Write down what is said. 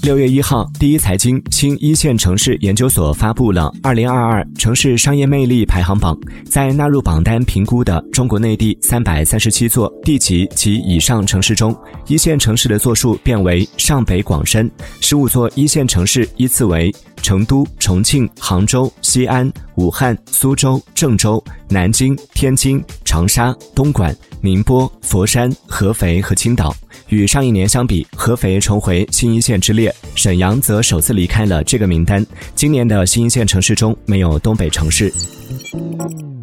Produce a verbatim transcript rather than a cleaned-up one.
六月一号，第一财经新一线城市研究所发布了二零二二城市商业魅力排行榜，在纳入榜单评估的中国内地三百三十七座地级及以上城市中，一线城市的座数变为上北广深，十五座一线城市依次为成都、重庆、杭州、西安、武汉、苏州、郑州、南京、天津、长沙、东莞、宁波、佛山、合肥和青岛。与上一年相比，合肥重回新一线之列，沈阳则首次离开了这个名单。今年的新一线城市中没有东北城市。